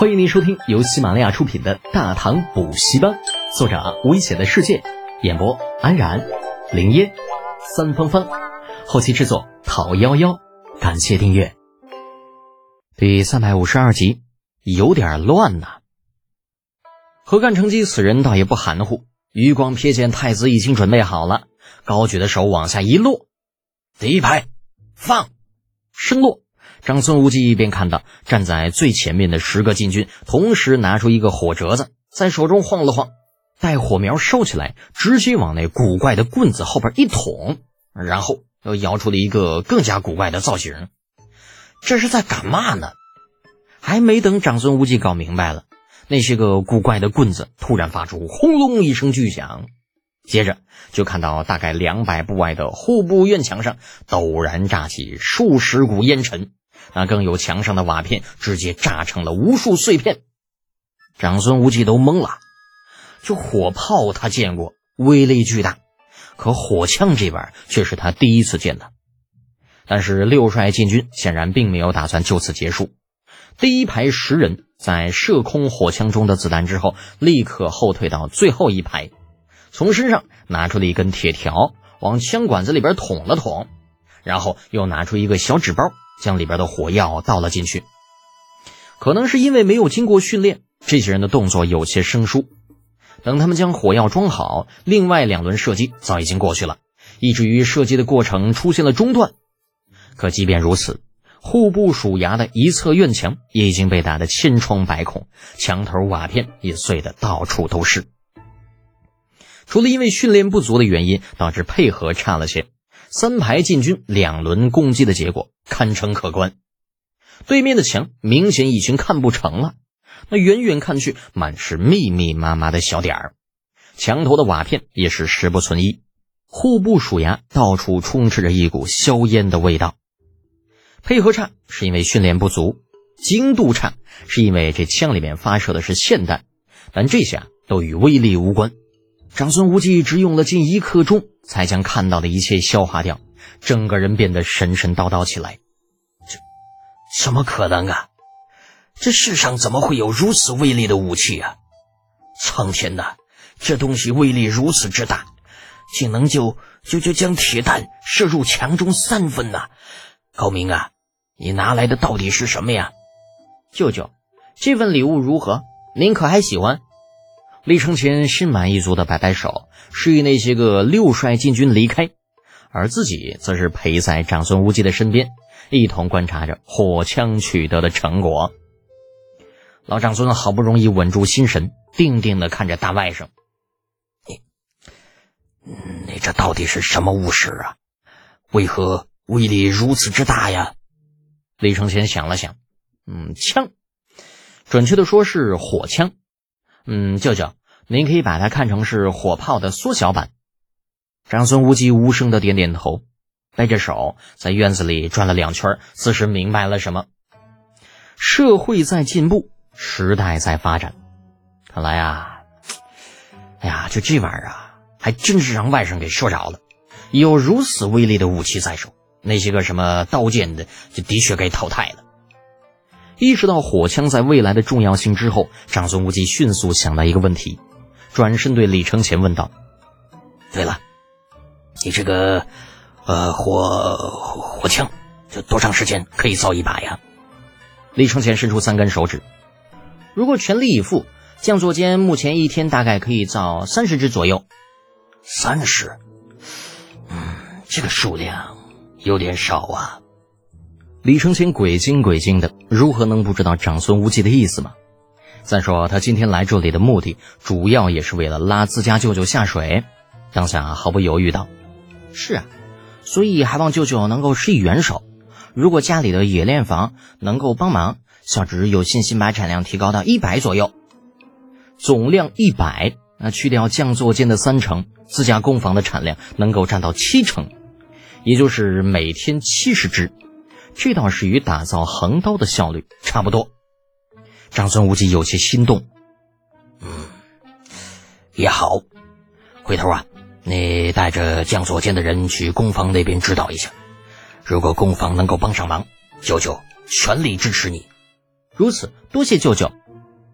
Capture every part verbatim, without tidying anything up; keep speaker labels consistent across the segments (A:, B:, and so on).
A: 欢迎您收听由喜马拉雅出品的《大唐补习班》，作者危险的世界，演播安然、林烟、三芳芳，后期制作陶幺幺。感谢订阅。第三百五十二集，有点乱呐、啊。何干成机此人倒也不含糊，余光瞥见太子已经准备好了，高举的手往下一落，第一排放，声落。长孙无忌便看到站在最前面的十个禁军同时拿出一个火折子，在手中晃了晃，待火苗烧起来，直接往那古怪的棍子后边一捅，然后又摇出了一个更加古怪的造型。这是在干嘛呢？还没等长孙无忌搞明白了，那些个古怪的棍子突然发出轰隆一声巨响，接着就看到大概两百步外的户部院墙上陡然炸起数十股烟尘，那更有墙上的瓦片直接炸成了无数碎片。长孙无忌都懵了，就火炮他见过，威力巨大，可火枪这边却是他第一次见的。但是六帅禁军显然并没有打算就此结束，第一排十人在射空火枪中的子弹之后，立刻后退到最后一排，从身上拿出了一根铁条，往枪管子里边捅了捅，然后又拿出一个小纸包，将里边的火药倒了进去。可能是因为没有经过训练，这些人的动作有些生疏。等他们将火药装好，另外两轮射击早已经过去了，以至于射击的过程出现了中断。可即便如此，户部署衙的一侧院墙也已经被打得千疮百孔，墙头瓦片也碎得到处都是。除了因为训练不足的原因导致配合差了些，三排禁军两轮攻击的结果堪称可观。对面的墙明显已经看不成了，那远远看去满是密密麻麻的小点儿，墙头的瓦片也是十不存一，户部署衙到处充斥着一股硝烟的味道。配合差是因为训练不足，精度差是因为这枪里面发射的是霰弹，但这些啊都与威力无关。长孙无忌只用了近一刻钟才将看到的一切消化掉，整个人变得神神叨叨起来。这怎么可能啊？这世上怎么会有如此威力的武器啊？苍天哪，这东西威力如此之大，竟能就就就将铁弹射入墙中三分呐！高明啊，你拿来的到底是什么呀？舅舅，这份礼物如何？您可还喜欢？李承乾心满意足地摆摆手，示意那些个六帅禁军离开，而自己则是陪在长孙无忌的身边，一同观察着火枪取得的成果。老长孙好不容易稳住心神，定定地看着大外甥，你你这到底是什么物事啊？为何威力如此之大呀？李承乾想了想，嗯，枪，准确的说是火枪。嗯，舅舅，您可以把它看成是火炮的缩小版。长孙无忌无声的点点头，背着手在院子里转了两圈，此时明白了什么。社会在进步，时代在发展。看来啊，哎呀，就这玩意儿啊，还真是让外甥给说着了。有如此威力的武器在手，那些个什么刀剑的，就的确该淘汰了。意识到火枪在未来的重要性之后，长孙无忌迅速想到一个问题，转身对李承乾问道：对了，你这个呃火火枪这多长时间可以造一把呀？李承乾伸出三根手指，如果全力以赴，将作监目前一天大概可以造三十支左右。三十？嗯，这个数量有点少啊。李承乾鬼精鬼精的，如何能不知道长孙无忌的意思吗？再说他今天来这里的目的主要也是为了拉自家舅舅下水，当下毫不犹豫道：是啊，所以还望舅舅能够施以援手，如果家里的冶炼坊能够帮忙，小侄有信心把产量提高到一百左右。总量一百，那去掉匠作间的三成，自家工坊的产量能够占到七成，也就是每天七十支，这倒是与打造横刀的效率差不多。长孙无忌有些心动，嗯，也好，回头啊，你带着匠作间的人去工坊那边指导一下，如果工坊能够帮上忙，舅舅全力支持你。如此，多谢舅舅。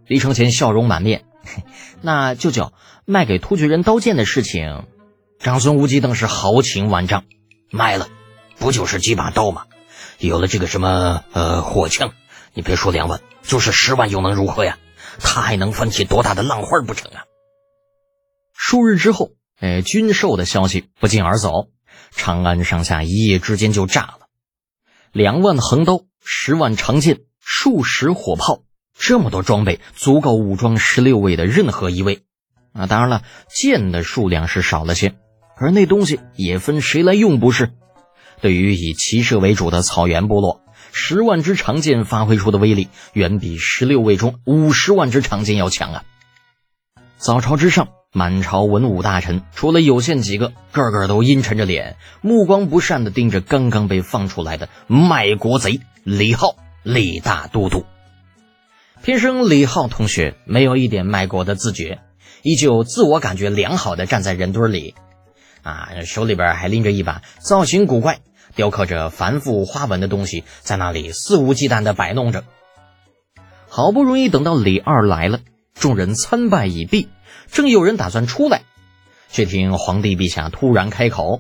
A: 李承乾笑容满面，那舅舅，卖给突厥人刀剑的事情，长孙无忌更是豪情万丈。
B: 卖了，不就是几把刀吗？有了这个什么呃火枪，你别说两万，就是十万又能如何呀？他还能翻起多大的浪花不成啊？
A: 数日之后，哎，军售的消息不胫而走，长安上下一夜之间就炸了。两万横刀，十万长剑，数十火炮，这么多装备足够武装十六位的任何一位啊！当然了，剑的数量是少了些，而那东西也分谁来用不是。对于以骑射为主的草原部落，十万支长剑发挥出的威力远比十六位中五十万支长剑要强啊！早朝之上，满朝文武大臣除了有限几个，个个都阴沉着脸，目光不善地盯着刚刚被放出来的卖国贼李浩，李大都督。偏生李浩同学没有一点卖国的自觉，依旧自我感觉良好地站在人堆里啊，手里边还拎着一把造型古怪雕刻着繁复花纹的东西，在那里肆无忌惮地摆弄着。好不容易等到李二来了，众人参拜已毕，正有人打算出来，却听皇帝陛下突然开口：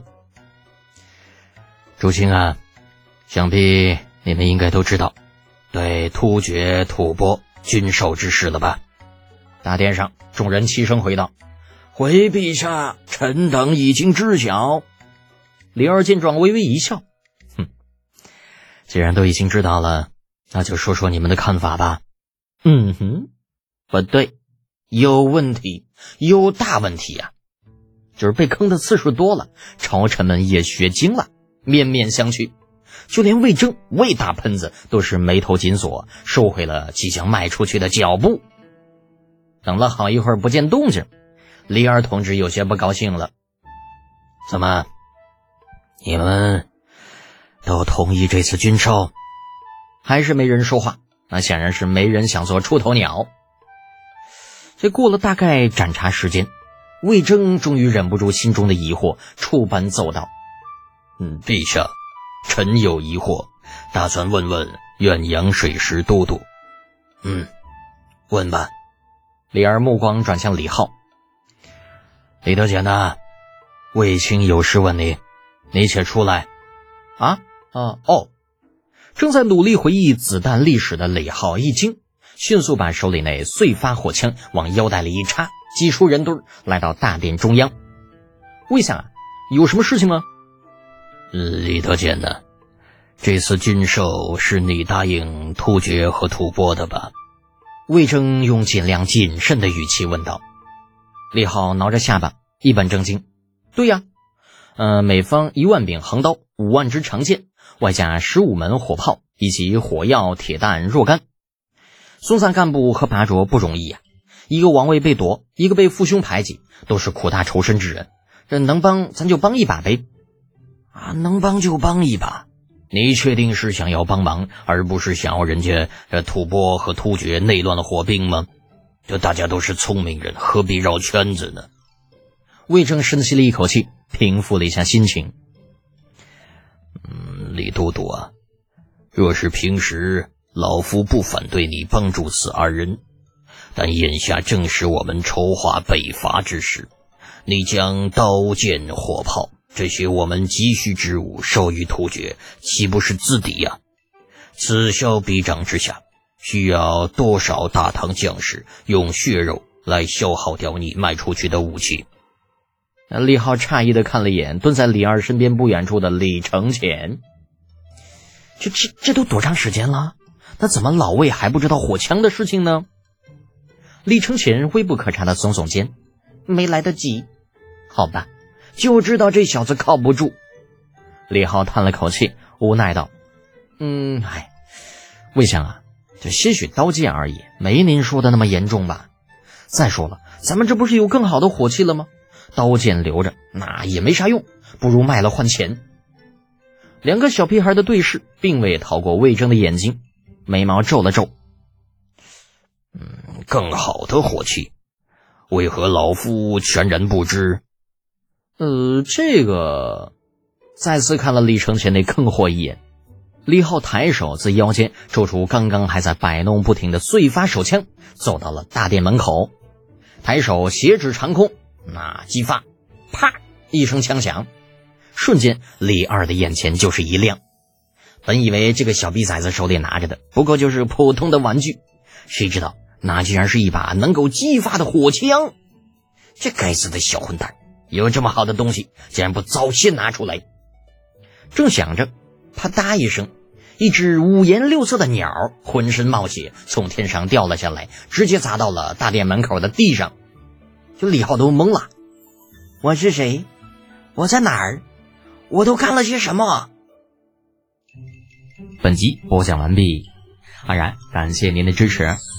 B: 诸卿啊，想必你们应该都知道对突厥吐蕃军售之事了吧？
A: 大殿上众人齐声回道：
B: 回陛下，臣等已经知晓。
A: 李二见状微微一笑，哼，既然都已经知道了，那就说说你们的看法吧。嗯哼，不对，有问题，有大问题啊！就是被坑的次数多了，朝臣们也学精了，面面相觑。就连魏征、魏大喷子都是眉头紧锁，收回了即将迈出去的脚步。等了好一会儿不见动静，李二同志有些不高兴了。
B: 怎么，你们都同意这次军售？
A: 还是没人说话，那显然是没人想做出头鸟。这过了大概盏茶时间，魏征终于忍不住心中的疑惑，触般奏道：
B: 嗯，陛下，臣有疑惑，打算问问远洋水师都督。嗯，问吧。
A: 李二目光转向李浩：
B: 李德简呐，卫青有事问你，你且出来。
A: 啊啊哦！正在努力回忆子弹历史的李浩一惊，迅速把手里那碎发火枪往腰带里一插，挤出人堆，来到大殿中央。魏相啊，有什么事情吗？
B: 李德简呢？这次军售是你答应突厥和吐蕃的吧？
A: 魏征用尽量谨慎的语气问道。李浩挠着下巴，一本正经：对呀，呃，每方一万柄横刀，五万支长剑，外加十五门火炮，以及火药、铁弹若干。松散干部和拔擢不容易呀、啊，一个王位被夺，一个被父兄排挤，都是苦大仇深之人。这能帮咱就帮一把呗。
B: 啊，能帮就帮一把。你确定是想要帮忙，而不是想要人家呃吐蕃和突厥内乱的火并吗？就大家都是聪明人，何必绕圈子呢？
A: 魏征深吸了一口气，平复了一下心情。
B: 嗯，李都督啊，若是平时老夫不反对你帮助此二人，但眼下正是我们筹划北伐之时，你将刀剑火炮这些我们急需之物授予突厥，岂不是自敌呀、啊？此消彼长之下，需要多少大唐将士用血肉来消耗掉你卖出去的武器？
A: 李浩诧异地看了一眼蹲在李二身边不远处的李承乾，这这这都多长时间了？那怎么老魏还不知道火枪的事情呢？李承乾微不可察地耸耸肩，没来得及。好吧，就知道这小子靠不住。李浩叹了口气，无奈道：嗯，哎，魏相啊，这些许刀剑而已，没您说的那么严重吧？再说了，咱们这不是有更好的火器了吗？刀剑留着那也没啥用，不如卖了换钱。两个小屁孩的对视并未逃过魏征的眼睛，眉毛皱了皱。
B: 嗯，更好的火器，为何老夫全然不知？
A: 呃，这个再次看了李承乾那坑货一眼， 李浩抬手自腰间抽出刚刚还在摆弄不停的碎发手枪，走到了大殿门口，抬手斜指长空，那击发，啪一声枪响，瞬间李二的眼前就是一亮。本以为这个小逼崽子手里拿着的不过就是普通的玩具，谁知道那竟然是一把能够击发的火枪。这该死的小混蛋，有这么好的东西竟然不早些拿出来。正想着，啪嗒一声，一只五颜六色的鸟浑身冒血从天上掉了下来，直接砸到了大殿门口的地上。就李浩都懵了，我是谁？我在哪儿？我都干了些什么？本集播讲完毕，安然感谢您的支持。